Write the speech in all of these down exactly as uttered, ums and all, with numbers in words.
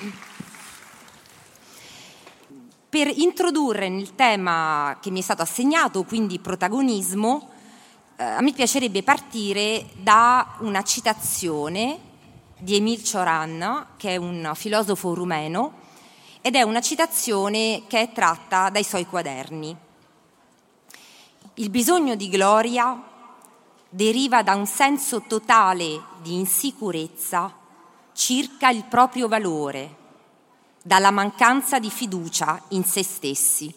Per introdurre nel tema che mi è stato assegnato, quindi protagonismo, eh, a me piacerebbe partire da una citazione di Émile Cioran, che è un filosofo rumeno, ed è una citazione che è tratta dai suoi quaderni. Il bisogno di gloria deriva da un senso totale di insicurezza circa il proprio valore, dalla mancanza di fiducia in se stessi.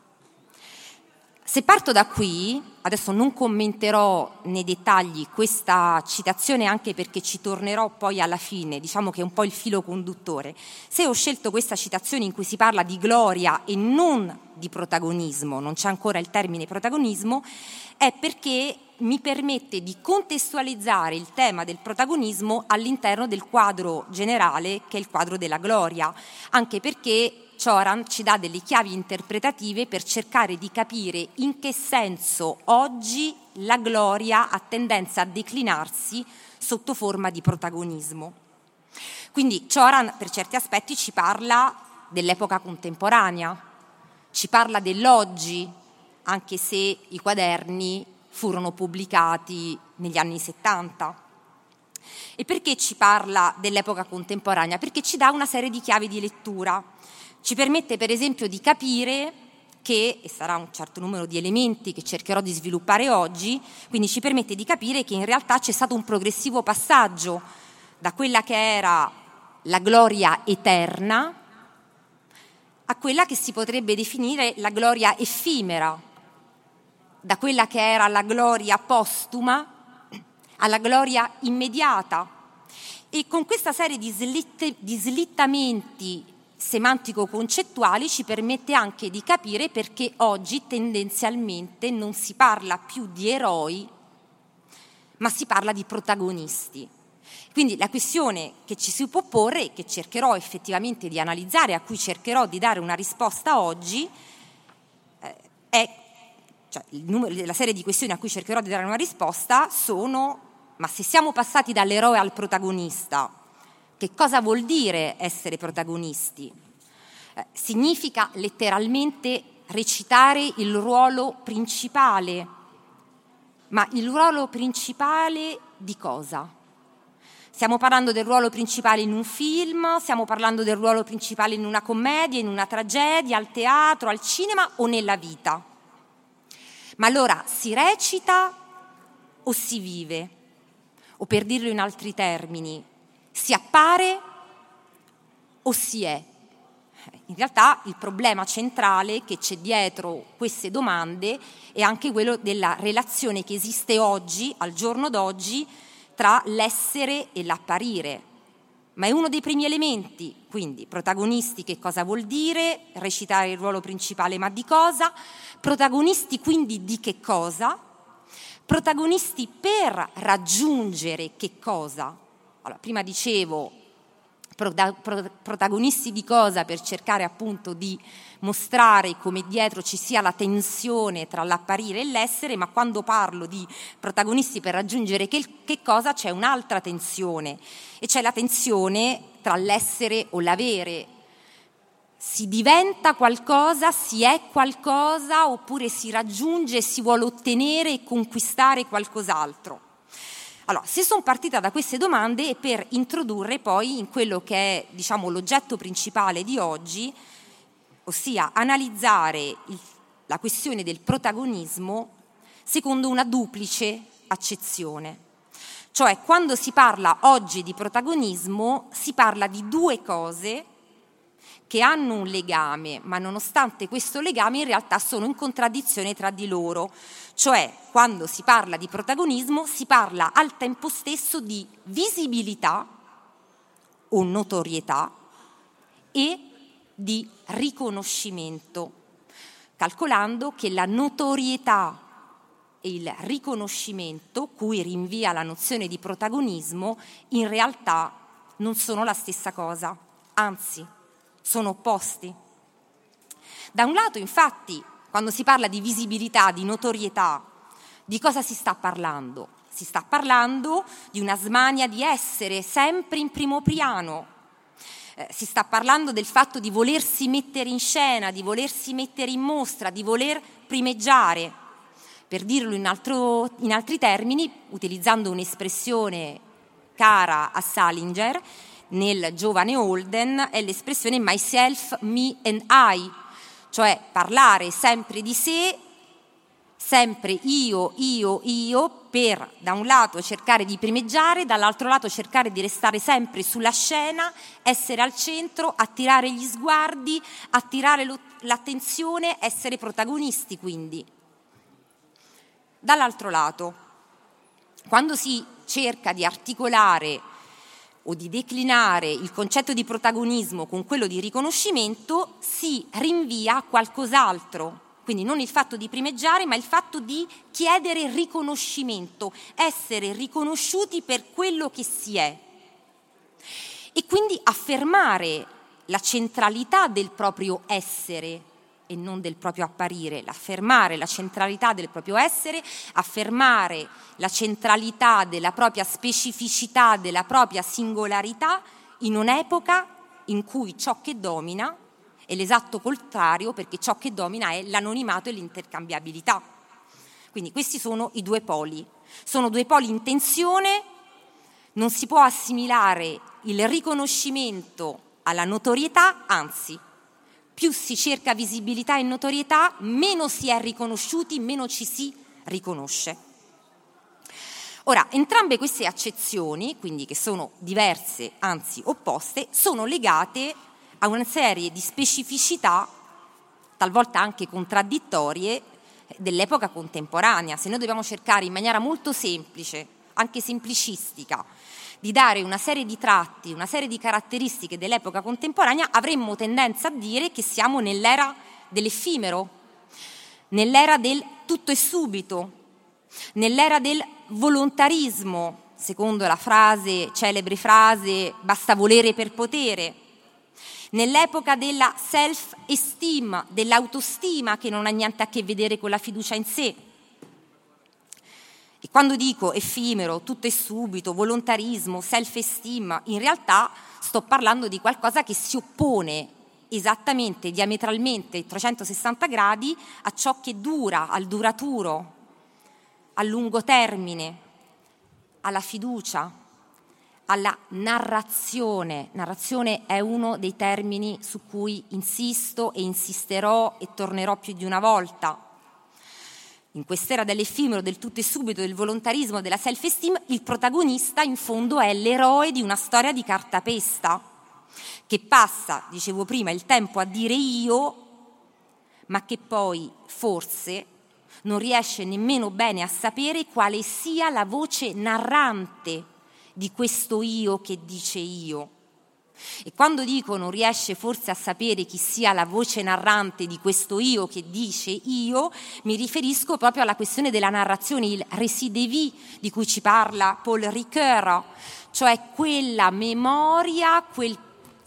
Se parto da qui, adesso non commenterò nei dettagli questa citazione, anche perché ci tornerò poi alla fine, diciamo che è un po' il filo conduttore. Se ho scelto questa citazione in cui si parla di gloria e non di protagonismo, non c'è ancora il termine protagonismo, è perché mi permette di contestualizzare il tema del protagonismo all'interno del quadro generale, che è il quadro della gloria, anche perché Cioran ci dà delle chiavi interpretative per cercare di capire in che senso oggi la gloria ha tendenza a declinarsi sotto forma di protagonismo. Quindi Cioran per certi aspetti ci parla dell'epoca contemporanea, ci parla dell'oggi, anche se i quaderni furono pubblicati negli anni settanta. E perché ci parla dell'epoca contemporanea? Perché ci dà una serie di chiavi di lettura. Ci permette per esempio di capire che, e sarà un certo numero di elementi che cercherò di sviluppare oggi, quindi ci permette di capire che in realtà c'è stato un progressivo passaggio da quella che era la gloria eterna a quella che si potrebbe definire la gloria effimera, da quella che era la gloria postuma alla gloria immediata. E con questa serie di, slitte, di slittamenti semantico-concettuali ci permette anche di capire perché oggi tendenzialmente non si parla più di eroi, ma si parla di protagonisti. Quindi la questione che ci si può porre e che cercherò effettivamente di analizzare, a cui cercherò di dare una risposta oggi, eh, è Cioè, il numero, la serie di questioni a cui cercherò di dare una risposta sono: ma se siamo passati dall'eroe al protagonista, che cosa vuol dire essere protagonisti? Eh, significa letteralmente recitare il ruolo principale. Ma il ruolo principale di cosa? Stiamo parlando del ruolo principale in un film, stiamo parlando del ruolo principale in una commedia, in una tragedia, al teatro, al cinema o nella vita? Ma allora si recita o si vive? O per dirlo in altri termini, si appare o si è? In realtà il problema centrale che c'è dietro queste domande è anche quello della relazione che esiste oggi, al giorno d'oggi, tra l'essere e l'apparire. Ma è uno dei primi elementi, quindi protagonisti che cosa vuol dire, recitare il ruolo principale ma di cosa, protagonisti quindi di che cosa, protagonisti per raggiungere che cosa. Allora, prima dicevo prota- pro- protagonisti di cosa per cercare appunto di mostrare come dietro ci sia la tensione tra l'apparire e l'essere, ma quando parlo di protagonisti per raggiungere che, che cosa c'è un'altra tensione, e c'è la tensione tra l'essere o l'avere. Si diventa qualcosa, si è qualcosa, oppure si raggiunge, si vuole ottenere e conquistare qualcos'altro. Allora, se sono partita da queste domande è per introdurre poi in quello che è, diciamo, l'oggetto principale di oggi, ossia analizzare il, la questione del protagonismo secondo una duplice accezione. Cioè, quando si parla oggi di protagonismo, si parla di due cose che hanno un legame, ma nonostante questo legame in realtà sono in contraddizione tra di loro. Cioè, quando si parla di protagonismo, si parla al tempo stesso di visibilità o notorietà e di riconoscimento, calcolando che la notorietà e il riconoscimento, cui rinvia la nozione di protagonismo, in realtà non sono la stessa cosa, anzi, sono opposti. Da un lato, infatti, quando si parla di visibilità, di notorietà, di cosa si sta parlando? Si sta parlando di una smania di essere sempre in primo piano, Eh, si sta parlando del fatto di volersi mettere in scena, di volersi mettere in mostra, di voler primeggiare. Per dirlo in, altro, in altri termini, utilizzando un'espressione cara a Salinger, nel giovane Holden, è l'espressione myself, me and I, cioè parlare sempre di sé, sempre io, io, io, per da un lato cercare di primeggiare, dall'altro lato cercare di restare sempre sulla scena, essere al centro, attirare gli sguardi, attirare lo, l'attenzione, essere protagonisti quindi. Dall'altro lato, quando si cerca di articolare o di declinare il concetto di protagonismo con quello di riconoscimento, si rinvia a qualcos'altro. Quindi non il fatto di primeggiare, ma il fatto di chiedere riconoscimento, essere riconosciuti per quello che si è. E quindi affermare la centralità del proprio essere e non del proprio apparire, affermare la centralità del proprio essere, affermare la centralità della propria specificità, della propria singolarità in un'epoca in cui ciò che domina è l'esatto contrario, perché ciò che domina è l'anonimato e l'intercambiabilità. Quindi questi sono i due poli. Sono due poli in tensione, non si può assimilare il riconoscimento alla notorietà, anzi, più si cerca visibilità e notorietà, meno si è riconosciuti, meno ci si riconosce. Ora, entrambe queste accezioni, quindi che sono diverse, anzi opposte, sono legate a una serie di specificità, talvolta anche contraddittorie, dell'epoca contemporanea. Se noi dobbiamo cercare in maniera molto semplice, anche semplicistica, di dare una serie di tratti, una serie di caratteristiche dell'epoca contemporanea, avremmo tendenza a dire che siamo nell'era dell'effimero, nell'era del tutto e subito, nell'era del volontarismo, secondo la frase, celebre frase, basta volere per potere, nell'epoca della self-esteem, dell'autostima che non ha niente a che vedere con la fiducia in sé. E quando dico effimero, tutto e subito, volontarismo, self-esteem, in realtà sto parlando di qualcosa che si oppone esattamente, diametralmente, a trecentosessanta gradi a ciò che dura, al duraturo, al lungo termine, alla fiducia, alla narrazione. Narrazione è uno dei termini su cui insisto e insisterò e tornerò più di una volta. In quest'era dell'effimero, del tutto e subito, del volontarismo, della self-esteem, il protagonista in fondo è l'eroe di una storia di cartapesta, che passa, dicevo prima, il tempo a dire io, ma che poi forse non riesce nemmeno bene a sapere quale sia la voce narrante di questo io che dice io. E quando dico non riesce forse a sapere chi sia la voce narrante di questo io che dice io, mi riferisco proprio alla questione della narrazione, il récit de vie di cui ci parla Paul Ricoeur, cioè quella memoria, quel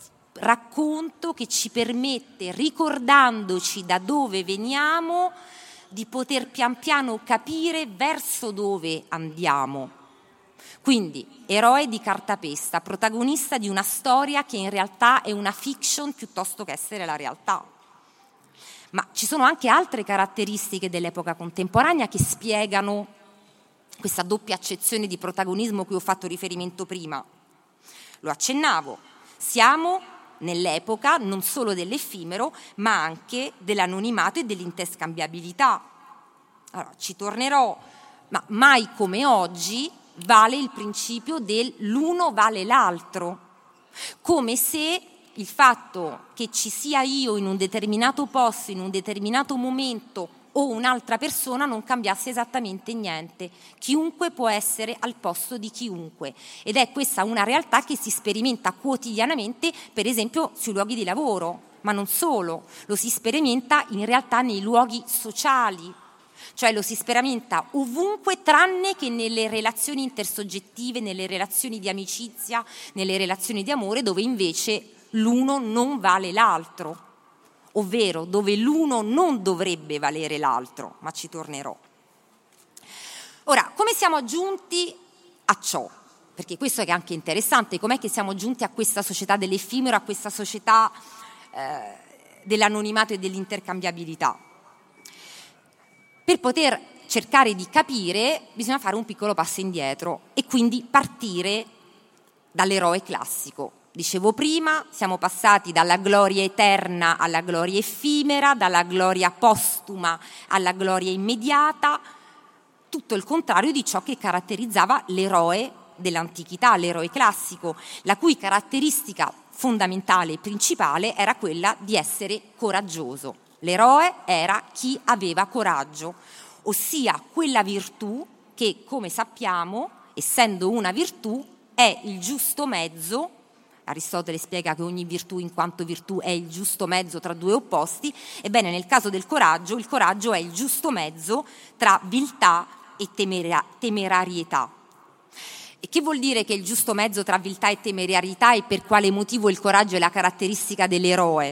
racconto che ci permette, ricordandoci da dove veniamo, di poter pian piano capire verso dove andiamo. Quindi, eroe di cartapesta, protagonista di una storia che in realtà è una fiction piuttosto che essere la realtà. Ma ci sono anche altre caratteristiche dell'epoca contemporanea che spiegano questa doppia accezione di protagonismo a cui ho fatto riferimento prima. Lo accennavo, siamo nell'epoca non solo dell'effimero, ma anche dell'anonimato e dell'interscambiabilità. Allora, ci tornerò, ma mai come oggi vale il principio del l'uno vale l'altro, come se il fatto che ci sia io in un determinato posto, in un determinato momento o un'altra persona non cambiasse esattamente niente. Chiunque può essere al posto di chiunque ed è questa una realtà che si sperimenta quotidianamente, per esempio sui luoghi di lavoro, ma non solo, lo si sperimenta in realtà nei luoghi sociali. Cioè lo si sperimenta ovunque tranne che nelle relazioni intersoggettive, nelle relazioni di amicizia, nelle relazioni di amore, dove invece l'uno non vale l'altro, ovvero dove l'uno non dovrebbe valere l'altro, ma ci tornerò. Ora, come siamo giunti a ciò? perché questo è anche interessante, com'è che siamo giunti a questa società dell'effimero, a questa società eh, dell'anonimato e dell'intercambiabilità. Per poter cercare di capire bisogna fare un piccolo passo indietro e quindi partire dall'eroe classico. Dicevo prima, siamo passati dalla gloria eterna alla gloria effimera, dalla gloria postuma alla gloria immediata, tutto il contrario di ciò che caratterizzava l'eroe dell'antichità, l'eroe classico, la cui caratteristica fondamentale e principale era quella di essere coraggioso. L'eroe era chi aveva coraggio, ossia quella virtù che, come sappiamo, essendo una virtù, è il giusto mezzo. Aristotele spiega che ogni virtù in quanto virtù è il giusto mezzo tra due opposti. Ebbene, nel caso del coraggio, il coraggio è il giusto mezzo tra viltà e temera- temerarietà. E che vuol dire che il giusto mezzo tra viltà e temerarietà, e per quale motivo il coraggio è la caratteristica dell'eroe?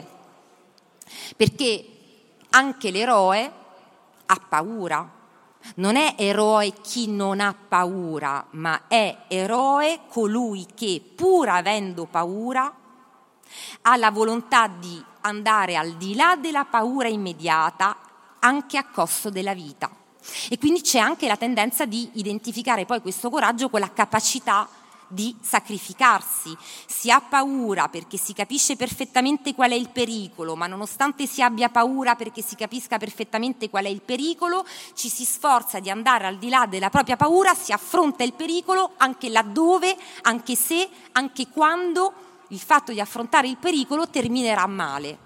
Perché anche l'eroe ha paura. Non è eroe chi non ha paura, ma è eroe colui che, pur avendo paura, ha la volontà di andare al di là della paura immediata, anche a costo della vita. E quindi c'è anche la tendenza di identificare poi questo coraggio con la capacità di sacrificarsi. Si ha paura perché si capisce perfettamente qual è il pericolo, ma nonostante si abbia paura perché si capisca perfettamente qual è il pericolo, ci si sforza di andare al di là della propria paura, si affronta il pericolo anche laddove, anche se, anche quando il fatto di affrontare il pericolo terminerà male.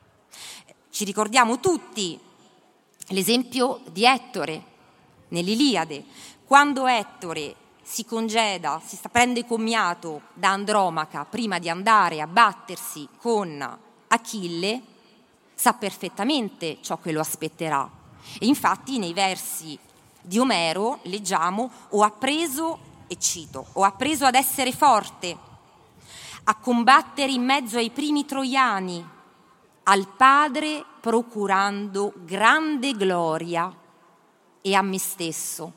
Ci ricordiamo tutti l'esempio di Ettore nell'Iliade, quando Ettore si congeda, si prende commiato da Andromaca prima di andare a battersi con Achille, sa perfettamente ciò che lo aspetterà. E infatti nei versi di Omero leggiamo: ho appreso, e cito, ho appreso ad essere forte, a combattere in mezzo ai primi troiani, al padre procurando grande gloria e a me stesso.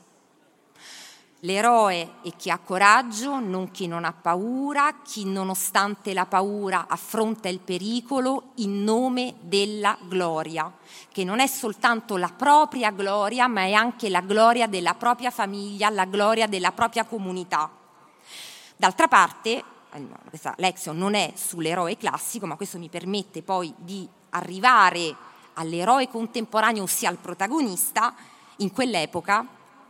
L'eroe è chi ha coraggio, non chi non ha paura, chi nonostante la paura affronta il pericolo in nome della gloria, che non è soltanto la propria gloria, ma è anche la gloria della propria famiglia, la gloria della propria comunità. D'altra parte, questa lezione non è sull'eroe classico, ma questo mi permette poi di arrivare all'eroe contemporaneo, ossia al protagonista. In quell'epoca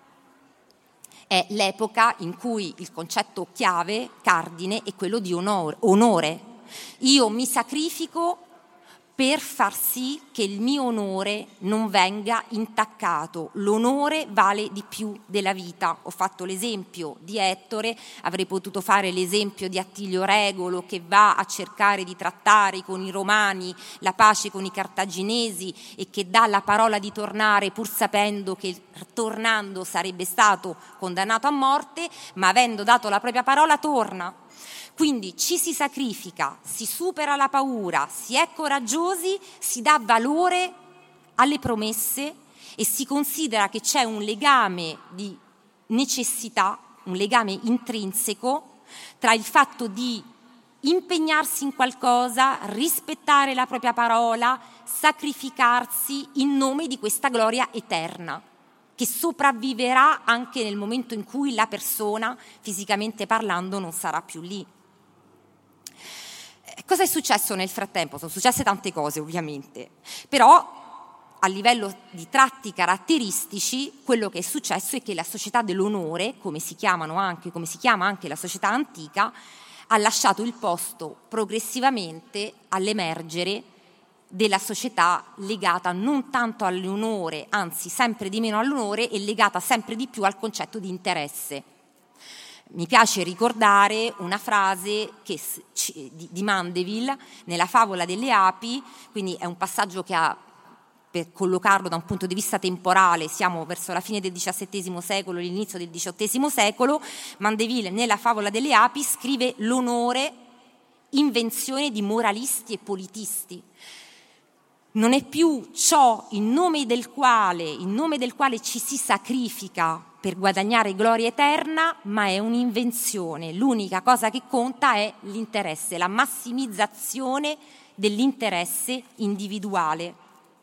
è l'epoca in cui il concetto chiave, cardine, è quello di onore. onore. Io mi sacrifico per far sì che il mio onore non venga intaccato. L'onore vale di più della vita. Ho fatto l'esempio di Ettore, avrei potuto fare l'esempio di Attilio Regolo che va a cercare di trattare con i romani la pace con i cartaginesi e che dà la parola di tornare pur sapendo che tornando sarebbe stato condannato a morte, ma avendo dato la propria parola torna. Quindi ci si sacrifica, si supera la paura, si è coraggiosi, si dà valore alle promesse e si considera che c'è un legame di necessità, un legame intrinseco tra il fatto di impegnarsi in qualcosa, rispettare la propria parola, sacrificarsi in nome di questa gloria eterna, che sopravviverà anche nel momento in cui la persona, fisicamente parlando, non sarà più lì. Cosa è successo nel frattempo? Sono successe tante cose, ovviamente, però a livello di tratti caratteristici quello che è successo è che la società dell'onore, come si chiamano anche, come si chiama anche la società antica, ha lasciato il posto progressivamente all'emergere della società legata non tanto all'onore, anzi sempre di meno all'onore, e legata sempre di più al concetto di interesse. Mi piace ricordare una frase che, di Mandeville nella favola delle api, quindi è un passaggio che ha, per collocarlo da un punto di vista temporale, siamo verso la fine del diciassettesimo secolo, l'inizio del diciottesimo secolo. Mandeville nella favola delle api scrive: l'onore, invenzione di moralisti e politisti. non è più ciò in nome del quale, in nome del quale ci si sacrifica per guadagnare gloria eterna, ma è un'invenzione. L'unica cosa che conta è l'interesse, la massimizzazione dell'interesse individuale.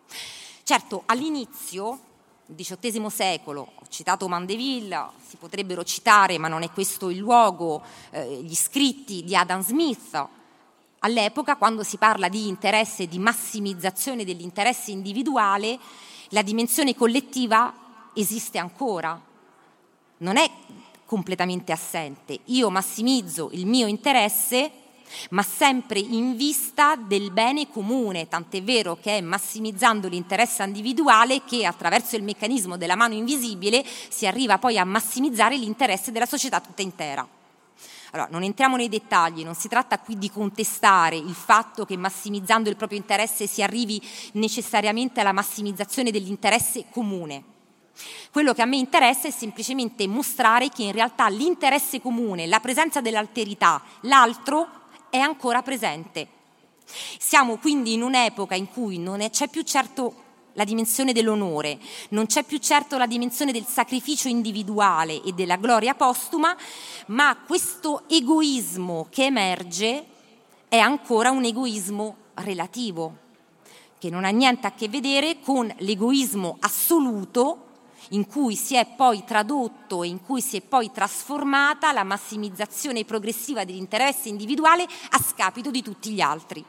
Certo, all'inizio, il diciottesimo secolo, ho citato Mandeville, si potrebbero citare, ma non è questo il luogo, eh, gli scritti di Adam Smith. All'epoca, quando si parla di interesse, di massimizzazione dell'interesse individuale, la dimensione collettiva esiste ancora, non è completamente assente. Io massimizzo il mio interesse, ma sempre in vista del bene comune, tant'è vero che è massimizzando l'interesse individuale che attraverso il meccanismo della mano invisibile si arriva poi a massimizzare l'interesse della società tutta intera. Allora, non entriamo nei dettagli, non si tratta qui di contestare il fatto che massimizzando il proprio interesse si arrivi necessariamente alla massimizzazione dell'interesse comune. Quello che a me interessa è semplicemente mostrare che in realtà l'interesse comune, la presenza dell'alterità, l'altro è ancora presente. Siamo quindi in un'epoca in cui non è, c'è più certo la dimensione dell'onore, non c'è più certo la dimensione del sacrificio individuale e della gloria postuma, ma questo egoismo che emerge è ancora un egoismo relativo, che non ha niente a che vedere con l'egoismo assoluto in cui si è poi tradotto e in cui si è poi trasformata la massimizzazione progressiva dell'interesse individuale a scapito di tutti gli altri.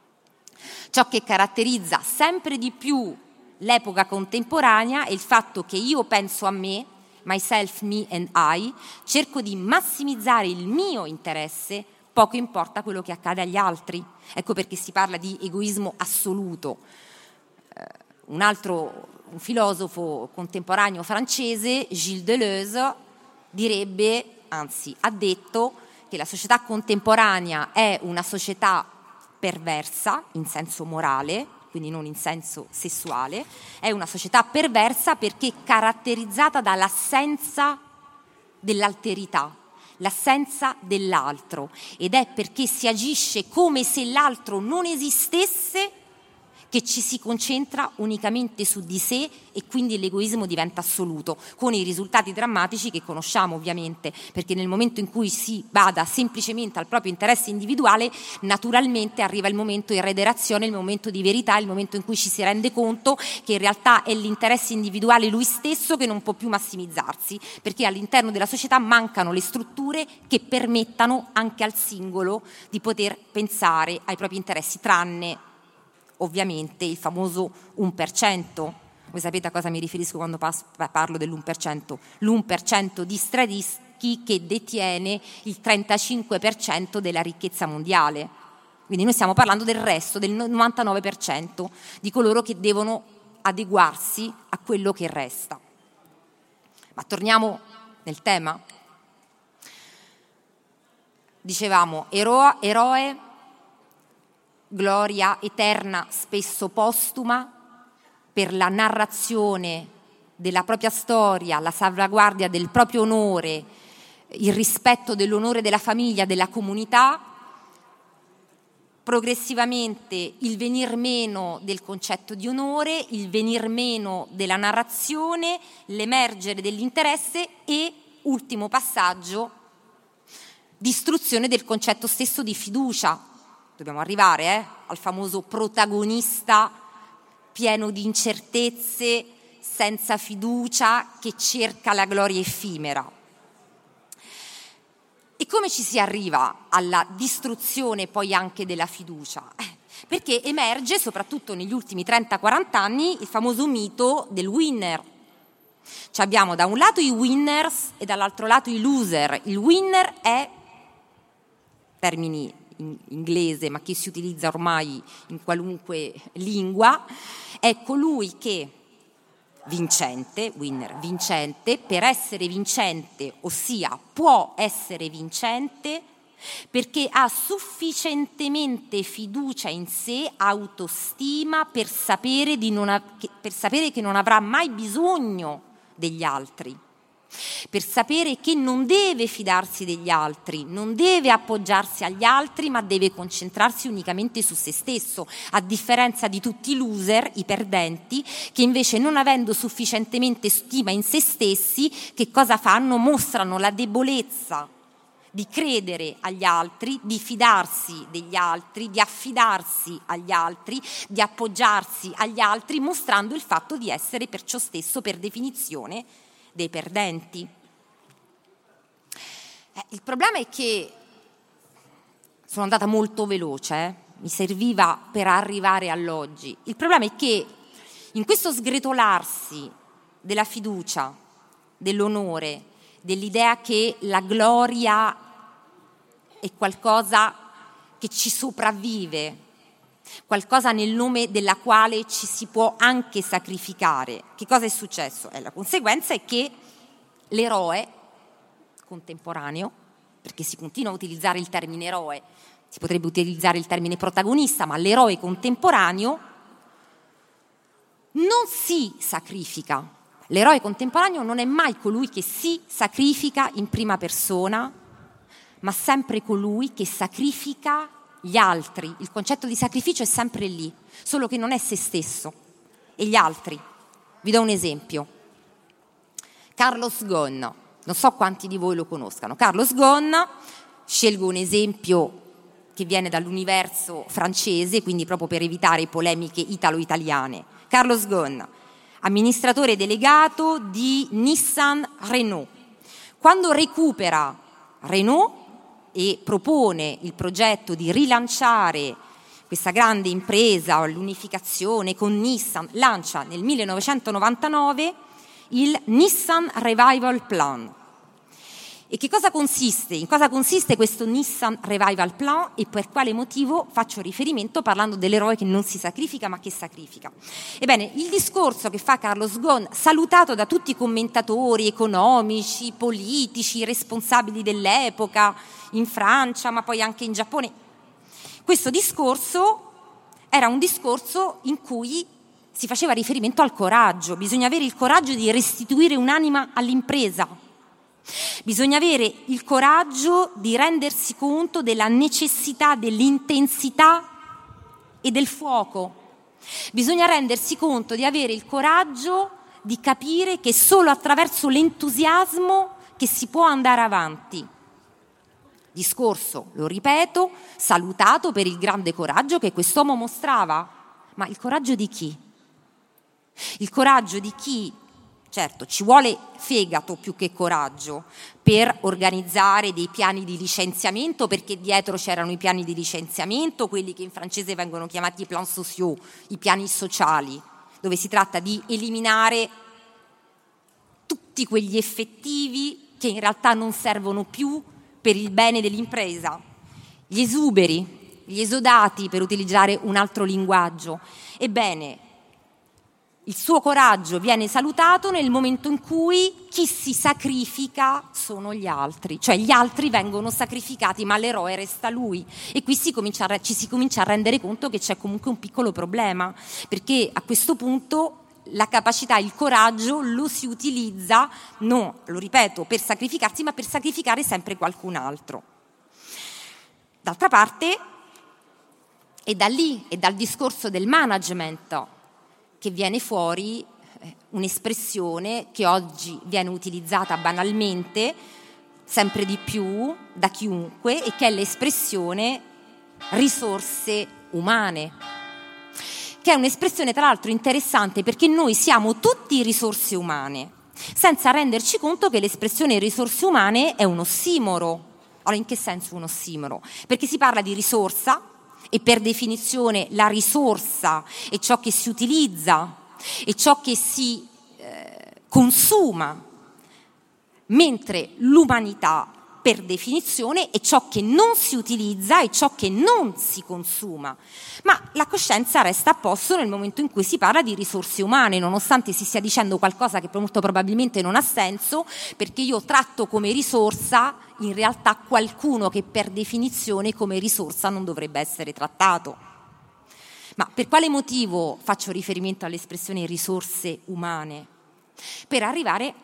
Ciò che caratterizza sempre di più l'epoca contemporanea è il fatto che io penso a me, myself, me and I, cerco di massimizzare il mio interesse, poco importa quello che accade agli altri. Ecco perché si parla di egoismo assoluto. Uh, un altro un filosofo contemporaneo francese, Gilles Deleuze, direbbe, anzi ha detto, che la società contemporanea è una società perversa in senso morale, quindi non in senso sessuale, è una società perversa perché caratterizzata dall'assenza dell'alterità, l'assenza dell'altro, ed è perché si agisce come se l'altro non esistesse che ci si concentra unicamente su di sé e quindi l'egoismo diventa assoluto, con i risultati drammatici che conosciamo ovviamente, perché nel momento in cui si bada semplicemente al proprio interesse individuale, naturalmente arriva il momento di rederazione, il momento di verità, il momento in cui ci si rende conto che in realtà è l'interesse individuale lui stesso che non può più massimizzarsi, perché all'interno della società mancano le strutture che permettano anche al singolo di poter pensare ai propri interessi, tranne ovviamente il famoso uno per cento. Voi sapete a cosa mi riferisco quando parlo dell'uno per cento? l'uno per cento di stradischi che detiene il trentacinque per cento della ricchezza mondiale. Quindi noi stiamo parlando del resto, del novantanove per cento di coloro che devono adeguarsi a quello che resta. Ma torniamo nel tema. Dicevamo, eroe, eroe gloria eterna, spesso postuma, per la narrazione della propria storia, la salvaguardia del proprio onore, il rispetto dell'onore della famiglia, della comunità, progressivamente il venir meno del concetto di onore, il venir meno della narrazione, l'emergere dell'interesse e, ultimo passaggio, distruzione del concetto stesso di fiducia. Dobbiamo arrivare eh, al famoso protagonista pieno di incertezze, senza fiducia, che cerca la gloria effimera. E come ci si arriva alla distruzione poi anche della fiducia? Eh, perché emerge, soprattutto negli ultimi trenta quaranta anni, il famoso mito del winner. Cioè abbiamo da un lato i winners e dall'altro lato i loser. Il winner è, termini in inglese ma che si utilizza ormai in qualunque lingua, è colui che vincente, winner, vincente, per essere vincente, ossia può essere vincente perché ha sufficientemente fiducia in sé, autostima per sapere, di non av- per sapere che non avrà mai bisogno degli altri. per sapere che non deve fidarsi degli altri, non deve appoggiarsi agli altri, ma deve concentrarsi unicamente su se stesso, a differenza di tutti i loser, i perdenti, che invece, non avendo sufficientemente stima in se stessi, che cosa fanno? Mostrano la debolezza di credere agli altri, di fidarsi degli altri, di affidarsi agli altri, di appoggiarsi agli altri, mostrando il fatto di essere perciò stesso, per definizione, dei perdenti. Eh, il problema è che sono andata molto veloce, eh? Mi serviva per arrivare all'oggi. Il problema è che in questo sgretolarsi della fiducia, dell'onore, dell'idea che la gloria è qualcosa che ci sopravvive, qualcosa nel nome della quale ci si può anche sacrificare. Che cosa è successo? Eh, la conseguenza è che l'eroe contemporaneo, perché si continua a utilizzare il termine eroe, si potrebbe utilizzare il termine protagonista, ma l'eroe contemporaneo non si sacrifica. L'eroe contemporaneo non è mai colui che si sacrifica in prima persona, ma sempre colui che sacrifica gli altri. Il concetto di sacrificio è sempre lì, solo che non è se stesso, e gli altri. Vi do un esempio. Carlos Ghosn, non so quanti di voi lo conoscano. Carlos Ghosn, scelgo un esempio che viene dall'universo francese, quindi proprio per evitare polemiche italo-italiane. Carlos Ghosn, amministratore delegato di Nissan Renault. Quando recupera Renault e propone il progetto di rilanciare questa grande impresa, l'unificazione con Nissan, lancia nel millenovecentonovantanove il Nissan Revival Plan. E che cosa consiste? In cosa consiste questo Nissan Revival Plan e per quale motivo faccio riferimento parlando dell'eroe che non si sacrifica ma che sacrifica? Ebbene, il discorso che fa Carlos Ghosn, salutato da tutti i commentatori economici, politici, responsabili dell'epoca, in Francia ma poi anche in Giappone, questo discorso era un discorso in cui si faceva riferimento al coraggio. Bisogna avere il coraggio di restituire un'anima all'impresa. Bisogna avere il coraggio di rendersi conto della necessità dell'intensità e del fuoco. Bisogna rendersi conto di avere il coraggio di capire che è solo attraverso l'entusiasmo che si può andare avanti. Discorso, lo ripeto, salutato per il grande coraggio che quest'uomo mostrava. Ma il coraggio di chi? Il coraggio di chi? Certo, ci vuole fegato più che coraggio per organizzare dei piani di licenziamento, perché dietro c'erano i piani di licenziamento, quelli che in francese vengono chiamati plan sociaux, i piani sociali, dove si tratta di eliminare tutti quegli effettivi che in realtà non servono più per il bene dell'impresa, gli esuberi, gli esodati, per utilizzare un altro linguaggio. Ebbene, il suo coraggio viene salutato nel momento in cui chi si sacrifica sono gli altri, cioè gli altri vengono sacrificati ma l'eroe resta lui. E qui si comincia a, ci si comincia a rendere conto che c'è comunque un piccolo problema, perché a questo punto la capacità, il coraggio lo si utilizza, non, lo ripeto, per sacrificarsi, ma per sacrificare sempre qualcun altro. D'altra parte, è da lì, è dal discorso del management che viene fuori un'espressione che oggi viene utilizzata banalmente, sempre di più, da chiunque, e che è l'espressione risorse umane, che è un'espressione tra l'altro interessante perché noi siamo tutti risorse umane, senza renderci conto che l'espressione risorse umane è un ossimoro. Allora, in che senso un ossimoro? Perché si parla di risorsa, e per definizione la risorsa è ciò che si utilizza, è ciò che si eh, consuma, mentre l'umanità per definizione è ciò che non si utilizza e ciò che non si consuma. Ma la coscienza resta a posto nel momento in cui si parla di risorse umane, nonostante si stia dicendo qualcosa che molto probabilmente non ha senso, perché io tratto come risorsa in realtà qualcuno che per definizione come risorsa non dovrebbe essere trattato. Ma per quale motivo faccio riferimento all'espressione risorse umane? Per arrivare a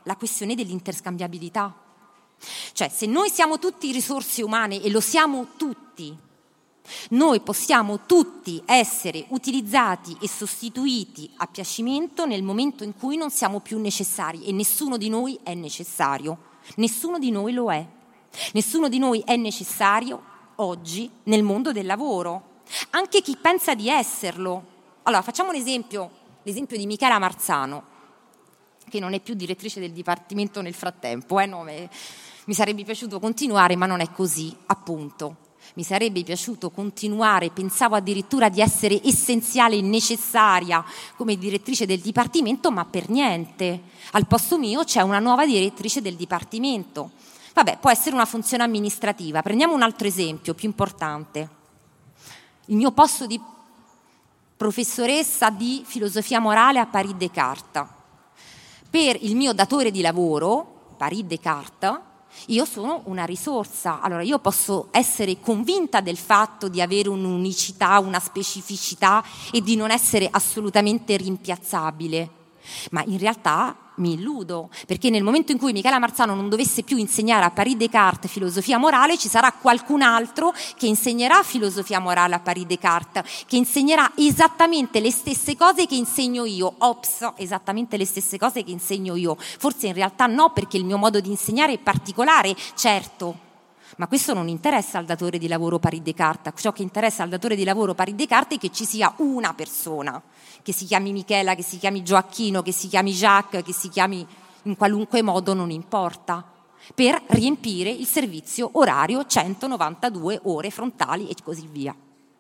la questione dell'interscambiabilità. Cioè, se noi siamo tutti risorse umane, e lo siamo tutti, noi possiamo tutti essere utilizzati e sostituiti a piacimento nel momento in cui non siamo più necessari, e nessuno di noi è necessario, nessuno di noi lo è. Nessuno di noi è necessario oggi nel mondo del lavoro, anche chi pensa di esserlo. Allora, facciamo un esempio, l'esempio di Michela Marzano, che non è più direttrice del Dipartimento nel frattempo, eh, no, me, mi sarebbe piaciuto continuare, ma non è così, appunto. Mi sarebbe piaciuto continuare, pensavo addirittura di essere essenziale e necessaria come direttrice del Dipartimento, ma per niente. Al posto mio c'è una nuova direttrice del Dipartimento. Vabbè, può essere una funzione amministrativa. Prendiamo un altro esempio più importante. Il mio posto di professoressa di filosofia morale a Paris Descartes. Per il mio datore di lavoro, Paris Descartes, io sono una risorsa. Allora, io posso essere convinta del fatto di avere un'unicità, una specificità e di non essere assolutamente rimpiazzabile, ma in realtà mi illudo, perché nel momento in cui Michela Marzano non dovesse più insegnare a Paris Descartes filosofia morale, ci sarà qualcun altro che insegnerà filosofia morale a Paris Descartes, che insegnerà esattamente le stesse cose che insegno io. Ops, esattamente le stesse cose che insegno io. Forse in realtà no, perché il mio modo di insegnare è particolare, certo. Ma questo non interessa al datore di lavoro Paris Descartes. Ciò che interessa al datore di lavoro Paris Descartes è che ci sia una persona, che si chiami Michela, che si chiami Gioacchino, che si chiami Jacques, che si chiami in qualunque modo, non importa, per riempire il servizio orario centonovantadue ore frontali e così via.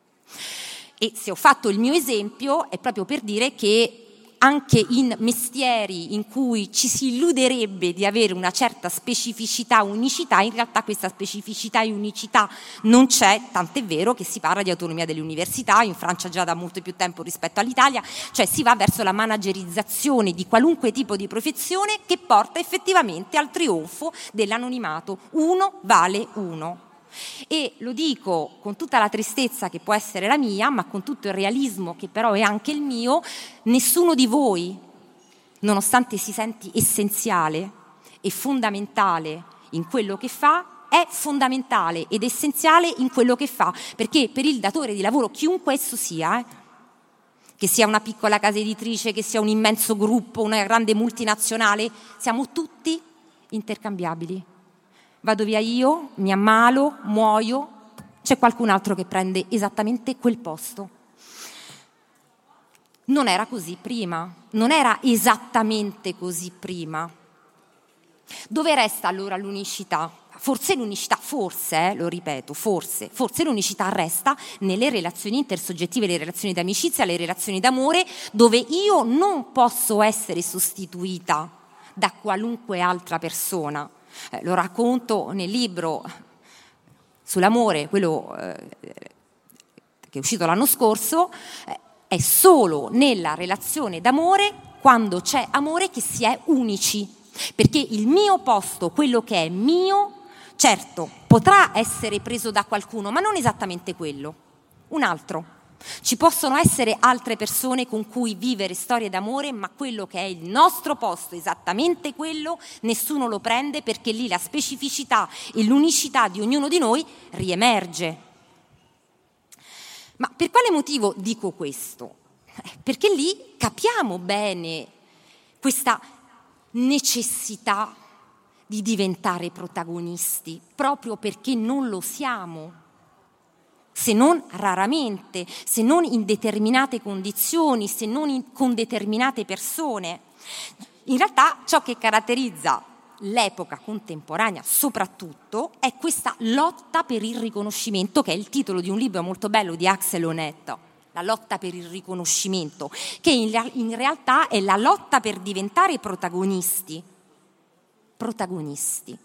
E se ho fatto il mio esempio è proprio per dire che anche in mestieri in cui ci si illuderebbe di avere una certa specificità, unicità, in realtà questa specificità e unicità non c'è, tant'è vero che si parla di autonomia delle università, in Francia già da molto più tempo rispetto all'Italia, cioè si va verso la managerializzazione di qualunque tipo di professione che porta effettivamente al trionfo dell'anonimato. Uno vale uno. E lo dico con tutta la tristezza che può essere la mia, ma con tutto il realismo che però è anche il mio: nessuno di voi, nonostante si senti essenziale e fondamentale in quello che fa, è fondamentale ed essenziale in quello che fa, perché per il datore di lavoro, chiunque esso sia, eh, che sia una piccola casa editrice, che sia un immenso gruppo, una grande multinazionale, siamo tutti intercambiabili. Vado via io, mi ammalo, muoio, c'è qualcun altro che prende esattamente quel posto. Non era così prima, non era esattamente così prima. Dove resta allora l'unicità? Forse l'unicità, forse, eh, lo ripeto, forse, forse l'unicità resta nelle relazioni intersoggettive, le relazioni d'amicizia, le relazioni d'amore, dove io non posso essere sostituita da qualunque altra persona. Eh, lo racconto nel libro sull'amore, quello eh, che è uscito l'anno scorso. Eh, è solo nella relazione d'amore, quando c'è amore, che si è unici, perché il mio posto, quello che è mio, certo potrà essere preso da qualcuno, ma non esattamente quello, un altro. Ci possono essere altre persone con cui vivere storie d'amore, ma quello che è il nostro posto, esattamente quello, nessuno lo prende, perché lì la specificità e l'unicità di ognuno di noi riemerge. Ma per quale motivo dico questo? Perché lì capiamo bene questa necessità di diventare protagonisti, proprio perché non lo siamo. Se non raramente, se non in determinate condizioni, se non in, con determinate persone. In realtà ciò che caratterizza l'epoca contemporanea soprattutto è questa lotta per il riconoscimento, che è il titolo di un libro molto bello di Axel Honneth, La lotta per il riconoscimento, che in, in realtà è la lotta per diventare protagonisti. Protagonisti.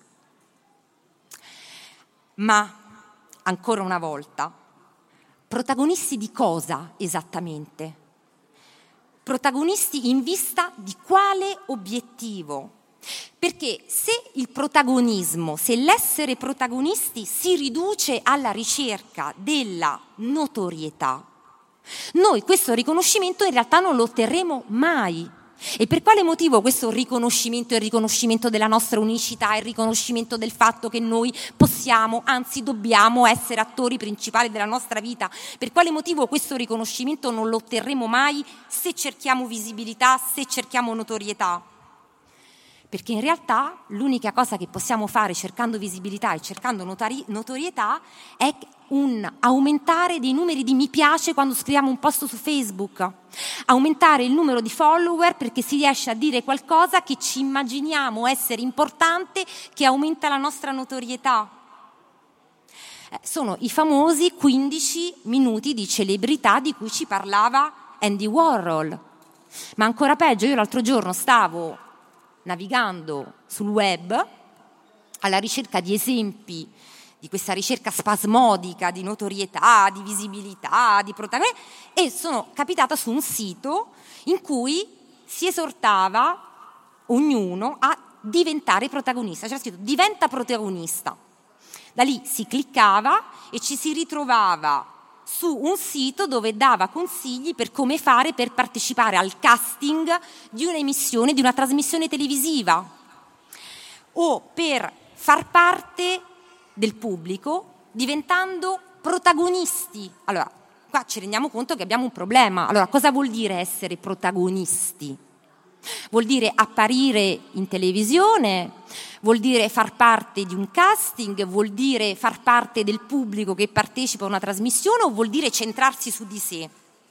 Ma ancora una volta, protagonisti di cosa esattamente? Protagonisti in vista di quale obiettivo? Perché se il protagonismo, se l'essere protagonisti si riduce alla ricerca della notorietà, noi questo riconoscimento in realtà non lo otterremo mai, E per quale motivo questo riconoscimento è il riconoscimento della nostra unicità, il riconoscimento del fatto che noi possiamo, anzi dobbiamo essere attori principali della nostra vita? Per quale motivo questo riconoscimento non lo otterremo mai se cerchiamo visibilità, se cerchiamo notorietà? Perché in realtà l'unica cosa che possiamo fare cercando visibilità e cercando notari- notorietà è un aumentare dei numeri di mi piace quando scriviamo un post su Facebook, aumentare il numero di follower perché si riesce a dire qualcosa che ci immaginiamo essere importante, che aumenta la nostra notorietà. Eh, sono i famosi quindici minuti di celebrità di cui ci parlava Andy Warhol. Ma ancora peggio, io l'altro giorno stavo navigando sul web alla ricerca di esempi di questa ricerca spasmodica di notorietà, di visibilità, di protagonismo, e sono capitata su un sito in cui si esortava ognuno a diventare protagonista. C'era scritto diventa protagonista. Da lì si cliccava e ci si ritrovava su un sito dove dava consigli per come fare per partecipare al casting di un'emissione, di una trasmissione televisiva, o per far parte del pubblico diventando protagonisti. Allora, qua ci rendiamo conto che abbiamo un problema. Allora, cosa vuol dire essere protagonisti? Vuol dire apparire in televisione, vuol dire far parte di un casting, vuol dire far parte del pubblico che partecipa a una trasmissione, o vuol dire centrarsi su di sé?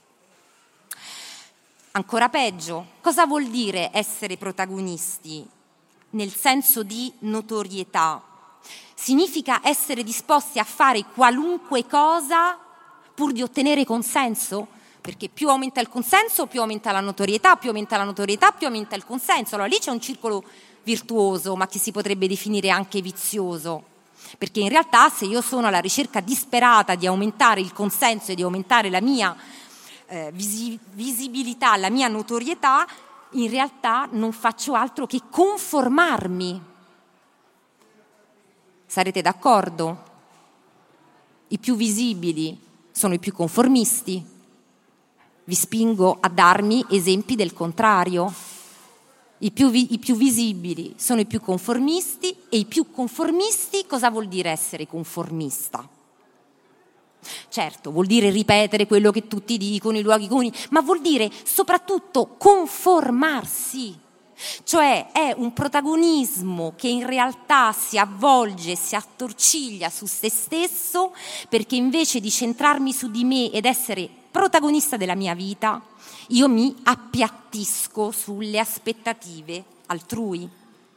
Ancora peggio, cosa vuol dire essere protagonisti nel senso di notorietà? Significa essere disposti a fare qualunque cosa pur di ottenere consenso? Perché più aumenta il consenso, più aumenta la notorietà, più aumenta la notorietà, più aumenta il consenso. Allora lì c'è un circolo virtuoso, ma che si potrebbe definire anche vizioso. Perché in realtà se io sono alla ricerca disperata di aumentare il consenso e di aumentare la mia eh, visi- visibilità, la mia notorietà, in realtà non faccio altro che conformarmi. Sarete d'accordo? I più visibili sono i più conformisti. Vi spingo a darmi esempi del contrario. I più, vi, i più visibili sono i più conformisti, e i più conformisti cosa vuol dire essere conformista? Certo, vuol dire ripetere quello che tutti dicono, i luoghi comuni, ma vuol dire soprattutto conformarsi. Cioè è un protagonismo che in realtà si avvolge, si attorciglia su se stesso, perché invece di centrarmi su di me ed essere protagonista della mia vita, io mi appiattisco sulle aspettative altrui.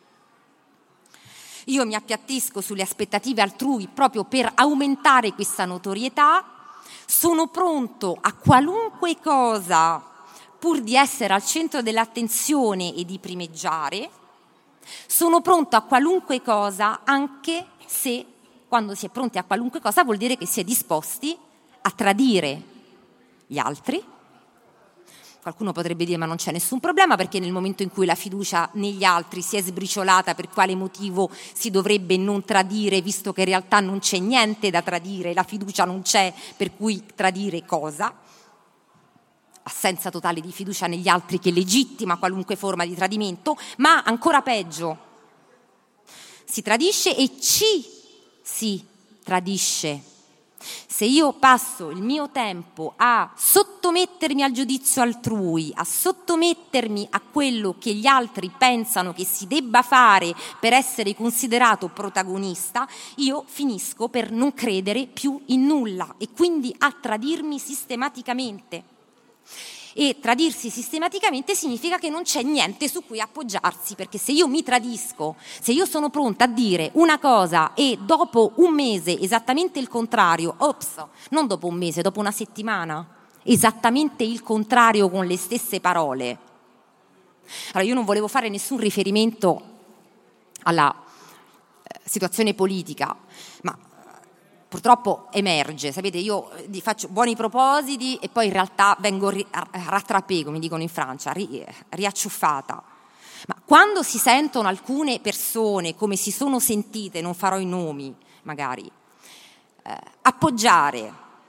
Io mi appiattisco sulle aspettative altrui proprio per aumentare questa notorietà, sono pronto a qualunque cosa pur di essere al centro dell'attenzione e di primeggiare, sono pronto a qualunque cosa, anche se quando si è pronti a qualunque cosa vuol dire che si è disposti a tradire gli altri. Qualcuno potrebbe dire ma non c'è nessun problema, perché nel momento in cui la fiducia negli altri si è sbriciolata, per quale motivo si dovrebbe non tradire, visto che in realtà non c'è niente da tradire, la fiducia non c'è, per cui tradire cosa? Assenza totale di fiducia negli altri che legittima qualunque forma di tradimento. Ma ancora peggio, si tradisce e ci si tradisce. Se io passo il mio tempo a sottomettermi al giudizio altrui, a sottomettermi a quello che gli altri pensano che si debba fare per essere considerato protagonista, io finisco per non credere più in nulla e quindi a tradirmi sistematicamente. E tradirsi sistematicamente significa che non c'è niente su cui appoggiarsi, perché se io mi tradisco, se io sono pronta a dire una cosa e dopo un mese esattamente il contrario, ops, non dopo un mese, dopo una settimana, esattamente il contrario con le stesse parole. Allora io non volevo fare nessun riferimento alla eh, situazione politica, ma purtroppo emerge, sapete, io faccio buoni propositi e poi in realtà vengo ri- rattrapé, come dicono in Francia, ri- riacciuffata. Ma quando si sentono alcune persone, come si sono sentite, non farò i nomi magari, eh, appoggiare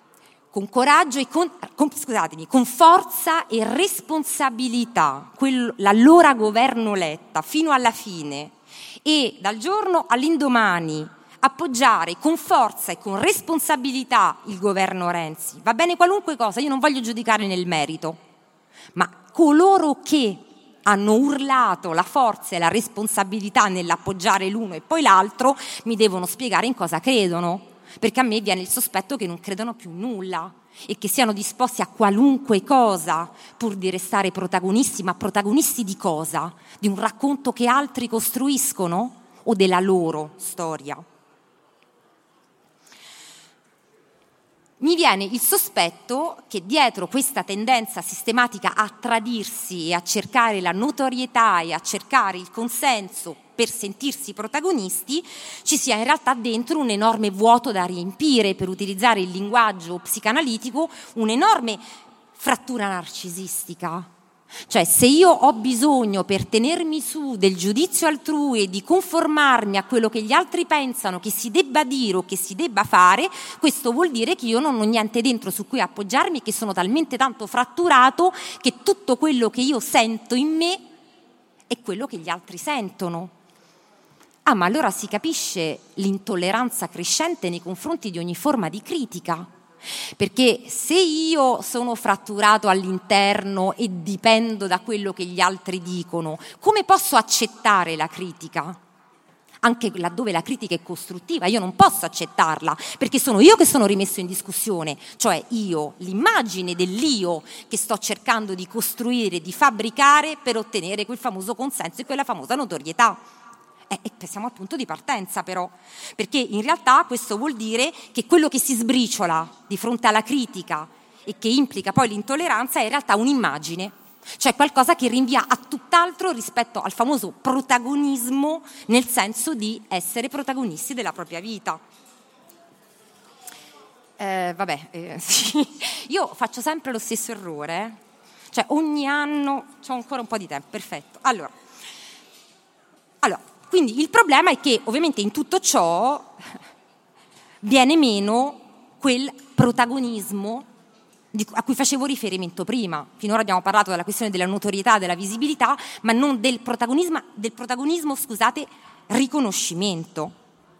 con coraggio e con, con, scusatemi, con forza e responsabilità, quel, l'allora governo Letta fino alla fine, e dal giorno all'indomani appoggiare con forza e con responsabilità il governo Renzi. Va bene qualunque cosa, io non voglio giudicare nel merito, ma coloro che hanno urlato la forza e la responsabilità nell'appoggiare l'uno e poi l'altro mi devono spiegare in cosa credono, perché a me viene il sospetto che non credano più in nulla e che siano disposti a qualunque cosa pur di restare protagonisti, ma protagonisti di cosa? Di un racconto che altri costruiscono o della loro storia? Mi viene il sospetto che dietro questa tendenza sistematica a tradirsi e a cercare la notorietà e a cercare il consenso per sentirsi protagonisti ci sia in realtà dentro un enorme vuoto da riempire, per utilizzare il linguaggio psicanalitico, un'enorme frattura narcisistica. Cioè, se io ho bisogno per tenermi su del giudizio altrui e di conformarmi a quello che gli altri pensano che si debba dire o che si debba fare, questo vuol dire che io non ho niente dentro su cui appoggiarmi e che sono talmente tanto fratturato che tutto quello che io sento in me è quello che gli altri sentono. Ah, ma allora si capisce l'intolleranza crescente nei confronti di ogni forma di critica. Perché se io sono fratturato all'interno e dipendo da quello che gli altri dicono, come posso accettare la critica? Anche laddove la critica è costruttiva, io non posso accettarla, perché sono io che sono rimesso in discussione, cioè io, l'immagine dell'io che sto cercando di costruire, di fabbricare per ottenere quel famoso consenso e quella famosa notorietà. E siamo al punto di partenza però, perché in realtà questo vuol dire che quello che si sbriciola di fronte alla critica e che implica poi l'intolleranza è in realtà un'immagine, cioè qualcosa che rinvia a tutt'altro rispetto al famoso protagonismo, nel senso di essere protagonisti della propria vita. Eh, vabbè, eh, sì. Io faccio sempre lo stesso errore, eh? Cioè ogni anno, c'ho ancora un po' di tempo, perfetto. Allora, allora Quindi il problema è che ovviamente in tutto ciò viene meno quel protagonismo a cui facevo riferimento prima. Finora abbiamo parlato della questione della notorietà, della visibilità, ma non del protagonismo, del protagonismo, scusate, riconoscimento.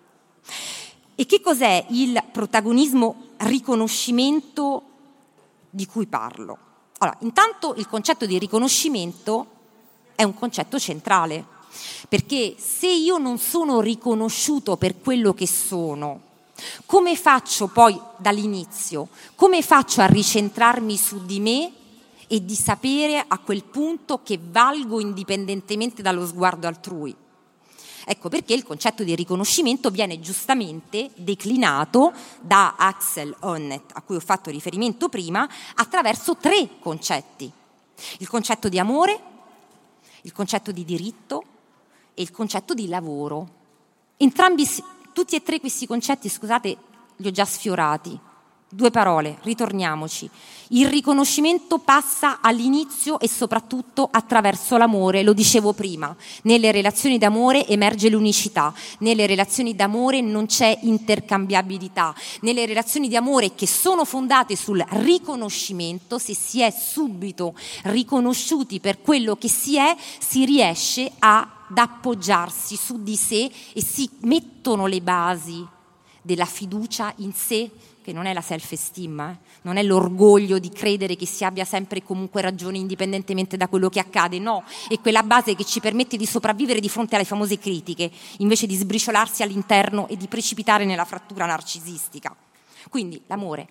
E che cos'è il protagonismo riconoscimento di cui parlo? Allora, intanto il concetto di riconoscimento è un concetto centrale. Perché se io non sono riconosciuto per quello che sono, come faccio poi dall'inizio? Come faccio a ricentrarmi su di me e di sapere a quel punto che valgo indipendentemente dallo sguardo altrui? Ecco perché il concetto di riconoscimento viene giustamente declinato da Axel Honneth, a cui ho fatto riferimento prima, attraverso tre concetti. Il concetto di amore, il concetto di diritto e il concetto di lavoro. Entrambi, tutti e tre questi concetti, scusate, li ho già sfiorati. Due parole, ritorniamoci. Il riconoscimento passa all'inizio e soprattutto attraverso l'amore, lo dicevo prima. Nelle relazioni d'amore emerge l'unicità, nelle relazioni d'amore non c'è intercambiabilità, nelle relazioni di amore che sono fondate sul riconoscimento, se si è subito riconosciuti per quello che si è, si riesce ad appoggiarsi su di sé e si mettono le basi della fiducia in sé, che non è la self-esteem, eh? Non è l'orgoglio di credere che si abbia sempre e comunque ragione indipendentemente da quello che accade, no, è quella base che ci permette di sopravvivere di fronte alle famose critiche, invece di sbriciolarsi all'interno e di precipitare nella frattura narcisistica. Quindi l'amore.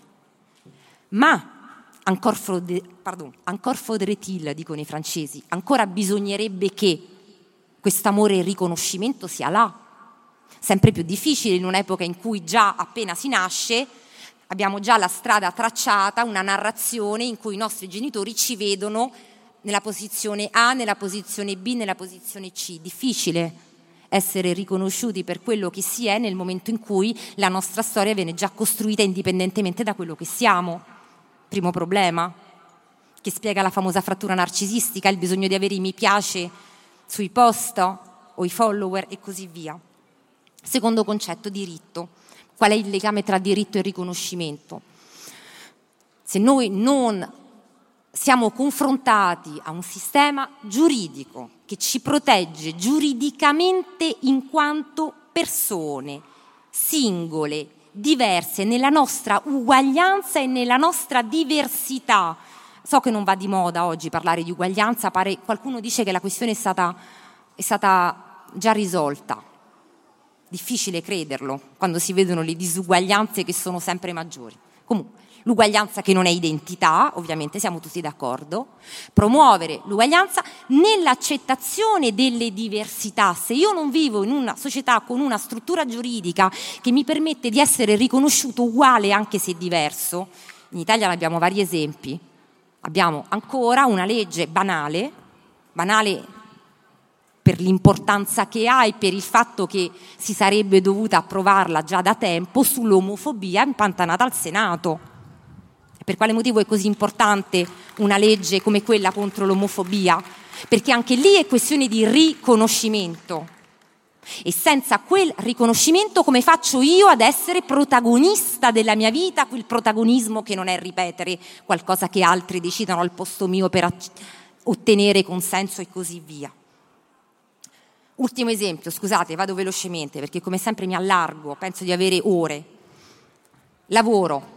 Ma, ancora faudrait-il, dicono i francesi, ancora bisognerebbe che quest'amore e riconoscimento sia là. Sempre più difficile in un'epoca in cui già appena si nasce abbiamo già la strada tracciata, una narrazione in cui i nostri genitori ci vedono nella posizione A, nella posizione B, nella posizione C. Difficile essere riconosciuti per quello che si è nel momento in cui la nostra storia viene già costruita indipendentemente da quello che siamo. Primo problema, che spiega la famosa frattura narcisistica, il bisogno di avere i mi piace sui post o i follower e così via. Secondo concetto, diritto. Qual è il legame tra diritto e riconoscimento? se noi non siamo confrontati a un sistema giuridico che ci protegge giuridicamente in quanto persone singole, diverse, nella nostra uguaglianza e nella nostra diversità. So che non va di moda oggi parlare di uguaglianza, pare, qualcuno dice che la questione è stata, è stata già risolta. Difficile crederlo quando si vedono le disuguaglianze che sono sempre maggiori. Comunque, l'uguaglianza che non è identità, ovviamente siamo tutti d'accordo, promuovere l'uguaglianza nell'accettazione delle diversità. Se io non vivo in una società con una struttura giuridica che mi permette di essere riconosciuto uguale anche se diverso, in Italia ne abbiamo vari esempi, abbiamo ancora una legge banale, banale per l'importanza che ha e per il fatto che si sarebbe dovuta approvarla già da tempo, sull'omofobia impantanata al Senato. Per quale motivo è così importante una legge come quella contro l'omofobia? Perché anche lì è questione di riconoscimento. E senza quel riconoscimento come faccio io ad essere protagonista della mia vita, quel protagonismo che non è ripetere qualcosa che altri decidano al posto mio per ottenere consenso e così via. Ultimo esempio, scusate, vado velocemente perché come sempre mi allargo, penso di avere ore. Lavoro.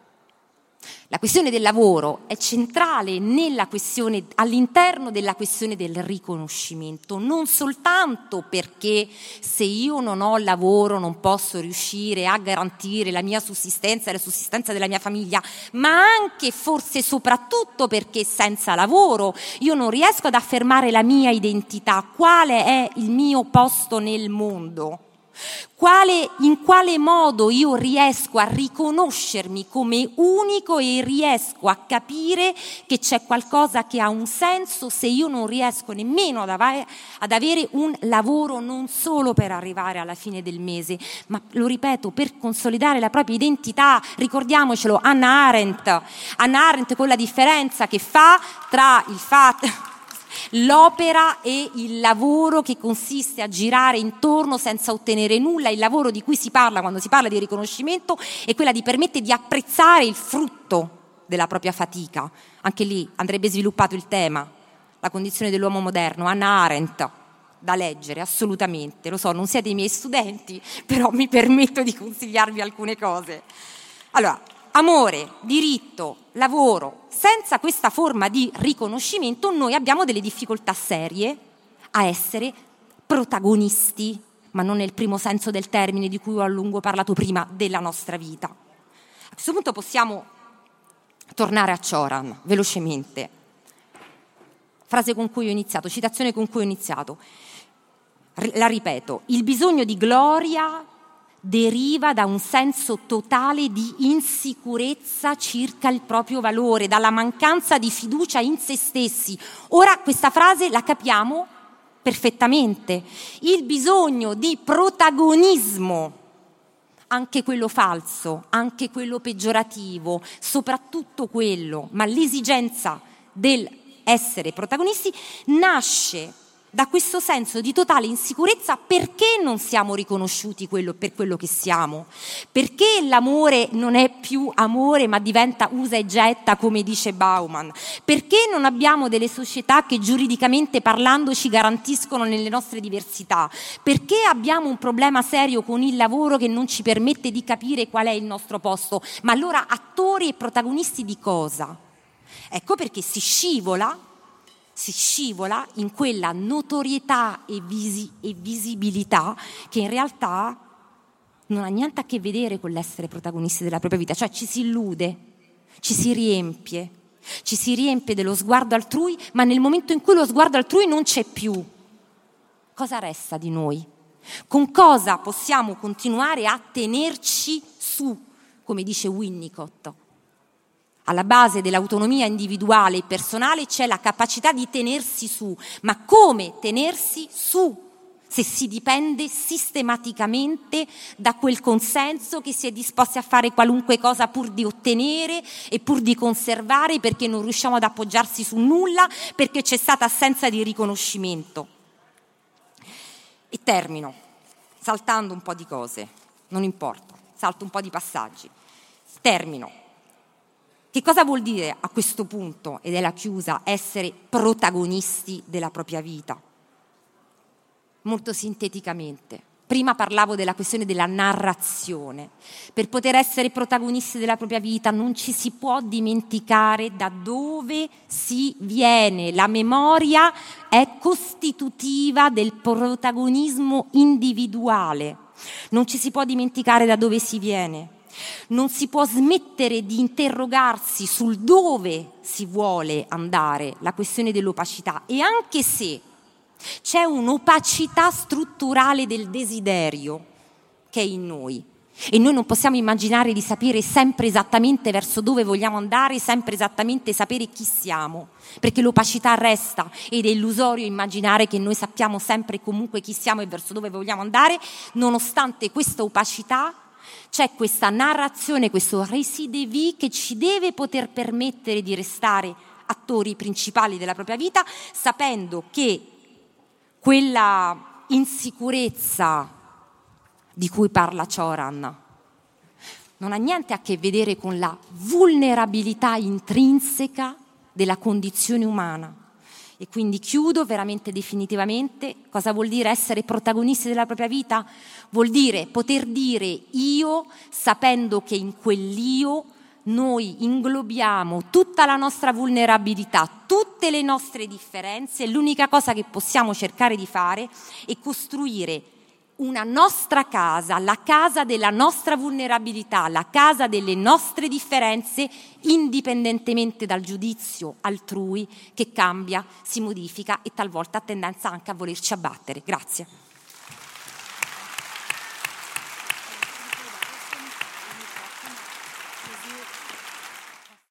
La questione del lavoro è centrale nella questione, all'interno della questione del riconoscimento, non soltanto perché se io non ho lavoro non posso riuscire a garantire la mia sussistenza e la sussistenza della mia famiglia, ma anche forse soprattutto perché senza lavoro io non riesco ad affermare la mia identità, quale è il mio posto nel mondo. Quale, in quale modo io riesco a riconoscermi come unico e riesco a capire che c'è qualcosa che ha un senso se io non riesco nemmeno ad avere, ad avere un lavoro non solo per arrivare alla fine del mese, ma lo ripeto, per consolidare la propria identità. Ricordiamocelo, Hannah Arendt, Hannah Arendt con la differenza che fa tra il fatto l'opera e il lavoro che consiste a girare intorno senza ottenere nulla. Il lavoro di cui si parla quando si parla di riconoscimento è quella di permettere di apprezzare il frutto della propria fatica. Anche lì andrebbe sviluppato il tema, la condizione dell'uomo moderno, Hannah Arendt, da leggere assolutamente. Lo so, non siete i miei studenti, però mi permetto di consigliarvi alcune cose. Allora, amore, diritto, lavoro, senza questa forma di riconoscimento noi abbiamo delle difficoltà serie a essere protagonisti, ma non nel primo senso del termine di cui ho a lungo parlato prima, della nostra vita. A questo punto possiamo tornare a Cioran, velocemente. Frase con cui ho iniziato, citazione con cui ho iniziato. La ripeto, il bisogno di gloria deriva da un senso totale di insicurezza circa il proprio valore, dalla mancanza di fiducia in se stessi. Ora questa frase la capiamo perfettamente. Il bisogno di protagonismo, anche quello falso, anche quello peggiorativo, soprattutto quello, ma l'esigenza del essere protagonisti nasce da questo senso di totale insicurezza perché non siamo riconosciuti quello, per quello che siamo, perché l'amore non è più amore ma diventa usa e getta come dice Bauman, perché non abbiamo delle società che giuridicamente parlando ci garantiscono nelle nostre diversità, perché abbiamo un problema serio con il lavoro che non ci permette di capire qual è il nostro posto. Ma allora attori e protagonisti di cosa? Ecco perché si scivola si scivola in quella notorietà e, visi- e visibilità che in realtà non ha niente a che vedere con l'essere protagonisti della propria vita, cioè ci si illude, ci si riempie, ci si riempie dello sguardo altrui, ma nel momento in cui lo sguardo altrui non c'è più, cosa resta di noi? Con cosa possiamo continuare a tenerci su, come dice Winnicott? Alla base dell'autonomia individuale e personale c'è la capacità di tenersi su, ma come tenersi su se si dipende sistematicamente da quel consenso che si è disposti a fare qualunque cosa pur di ottenere e pur di conservare, perché non riusciamo ad appoggiarsi su nulla, perché c'è stata assenza di riconoscimento. E termino saltando un po' di cose, non importa, salto un po' di passaggi. Termino. Che cosa vuol dire a questo punto, ed è la chiusa, essere protagonisti della propria vita? Molto sinteticamente. Prima parlavo della questione della narrazione. Per poter essere protagonisti della propria vita non ci si può dimenticare da dove si viene. La memoria è costitutiva del protagonismo individuale. Non ci si può dimenticare da dove si viene. Non si può smettere di interrogarsi sul dove si vuole andare, la questione dell'opacità. E anche se c'è un'opacità strutturale del desiderio che è in noi, e noi non possiamo immaginare di sapere sempre esattamente verso dove vogliamo andare, sempre esattamente sapere chi siamo, perché l'opacità resta ed è illusorio immaginare che noi sappiamo sempre e comunque chi siamo e verso dove vogliamo andare. Nonostante questa opacità c'è questa narrazione, questo récit de vie che ci deve poter permettere di restare attori principali della propria vita, sapendo che quella insicurezza di cui parla Cioran non ha niente a che vedere con la vulnerabilità intrinseca della condizione umana. E quindi chiudo veramente definitivamente. Cosa vuol dire essere protagonisti della propria vita? Vuol dire poter dire io, sapendo che in quell'io noi inglobiamo tutta la nostra vulnerabilità, tutte le nostre differenze. L'unica cosa che possiamo cercare di fare è costruire una nostra casa, la casa della nostra vulnerabilità, la casa delle nostre differenze, indipendentemente dal giudizio altrui che cambia, si modifica e talvolta ha tendenza anche a volerci abbattere. Grazie.